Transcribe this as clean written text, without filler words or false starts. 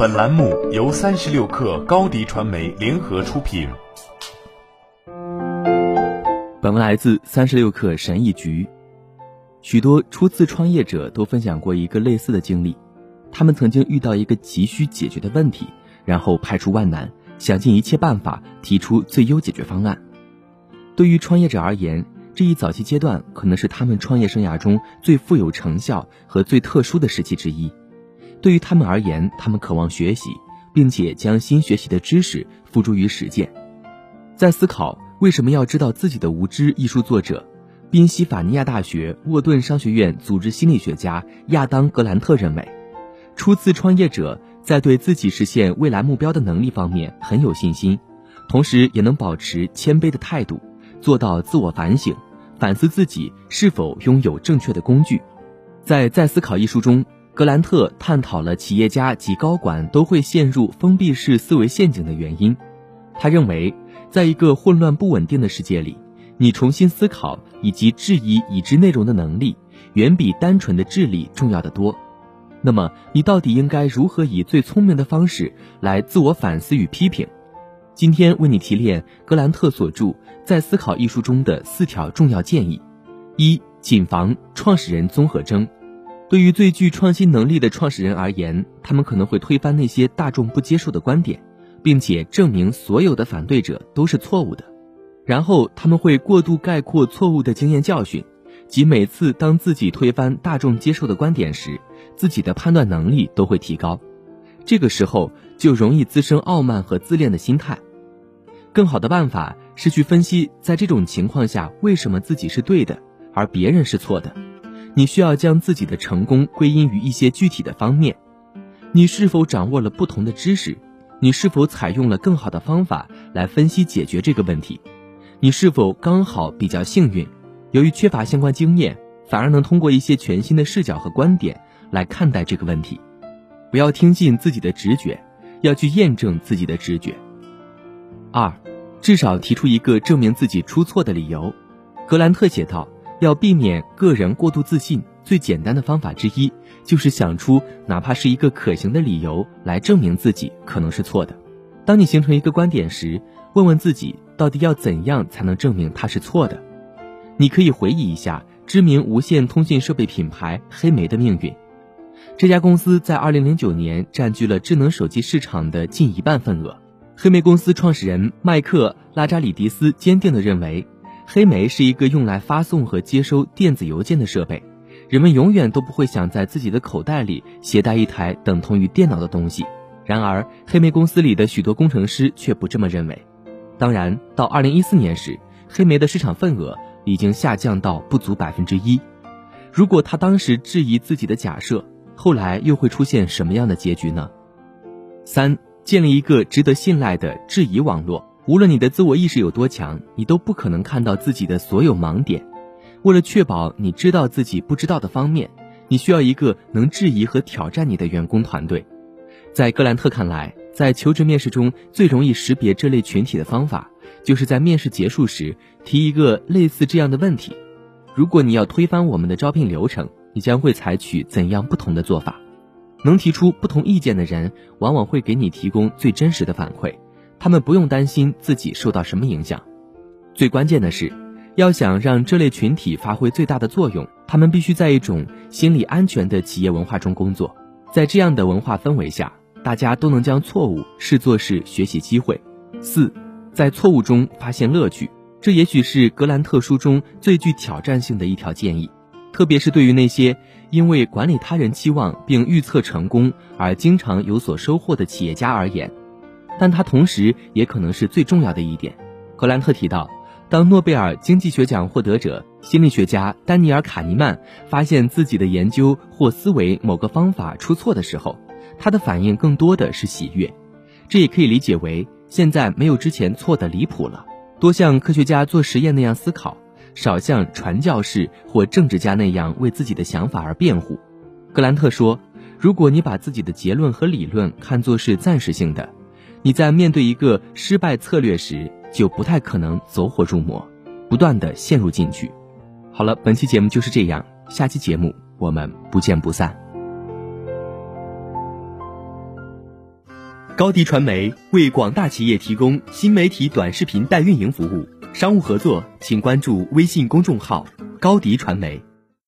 本栏目由36氪高迪传媒联合出品。 本文来自36氪神译局。许多初次创业者都分享过一个类似的经历，他们曾经遇到一个急需解决的问题，然后排除万难，想尽一切办法提出最优解决方案。对于创业者而言，这一早期阶段可能是他们创业生涯中最富有成效和最特殊的时期之一。对于他们而言，他们渴望学习，并且将新学习的知识付诸于实践。在思考为什么要知道自己的无知一书作者，宾夕法尼亚大学沃顿商学院组织心理学家亚当·格兰特认为，初次创业者在对自己实现未来目标的能力方面很有信心，同时也能保持谦卑的态度，做到自我反省，反思自己是否拥有正确的工具。在思考一书中，格兰特探讨了企业家及高管都会陷入封闭式思维陷阱的原因。他认为，在一个混乱不稳定的世界里，你重新思考以及质疑已知内容的能力，远比单纯的智力重要得多。那么，你到底应该如何以最聪明的方式来自我反思与批评？今天为你提炼格兰特所著《在思考》一书中的4条重要建议。1、谨防创始人综合征。对于最具创新能力的创始人而言，他们可能会推翻那些大众不接受的观点，并且证明所有的反对者都是错误的。然后他们会过度概括错误的经验教训，即每次当自己推翻大众接受的观点时，自己的判断能力都会提高。这个时候就容易滋生傲慢和自恋的心态。更好的办法是去分析，在这种情况下为什么自己是对的，而别人是错的。你需要将自己的成功归因于一些具体的方面。你是否掌握了不同的知识？你是否采用了更好的方法来分析解决这个问题？你是否刚好比较幸运，由于缺乏相关经验，反而能通过一些全新的视角和观点来看待这个问题？不要听信自己的直觉，要去验证自己的直觉。2、至少提出一个证明自己出错的理由。格兰特写道，要避免个人过度自信，最简单的方法之一就是想出哪怕是一个可行的理由来证明自己可能是错的。当你形成一个观点时，问问自己到底要怎样才能证明它是错的。你可以回忆一下知名无线通讯设备品牌黑莓的命运。这家公司在2009年占据了智能手机市场的近1半份额。黑莓公司创始人麦克·拉扎里迪斯坚定地认为，黑莓是一个用来发送和接收电子邮件的设备，人们永远都不会想在自己的口袋里携带一台等同于电脑的东西。然而，黑莓公司里的许多工程师却不这么认为。当然，到2014年时，黑莓的市场份额已经下降到不足1%。如果他当时质疑自己的假设，后来又会出现什么样的结局呢？3、建立一个值得信赖的质疑网络。无论你的自我意识有多强，你都不可能看到自己的所有盲点。为了确保你知道自己不知道的方面，你需要一个能质疑和挑战你的员工团队。在格兰特看来，在求职面试中最容易识别这类群体的方法，就是在面试结束时提一个类似这样的问题：如果你要推翻我们的招聘流程，你将会采取怎样不同的做法？能提出不同意见的人往往会给你提供最真实的反馈，他们不用担心自己受到什么影响。最关键的是，要想让这类群体发挥最大的作用，他们必须在一种心理安全的企业文化中工作。在这样的文化氛围下，大家都能将错误视作是学习机会。4、在错误中发现乐趣。这也许是格兰特书中最具挑战性的一条建议，特别是对于那些因为管理他人期望并预测成功而经常有所收获的企业家而言。但它同时也可能是最重要的一点。格兰特提到，当诺贝尔经济学奖获得者心理学家丹尼尔·卡尼曼发现自己的研究或思维某个方法出错的时候，他的反应更多的是喜悦。这也可以理解为，现在没有之前错的离谱了，多像科学家做实验那样思考，少像传教士或政治家那样为自己的想法而辩护。格兰特说，如果你把自己的结论和理论看作是暂时性的，你在面对一个失败策略时就不太可能走火入魔，不断地陷入进去。好了，本期节目就是这样，下期节目我们不见不散。 高迪传媒为广大企业提供新媒体短视频代运营服务，商务合作请关注微信公众号高迪传媒。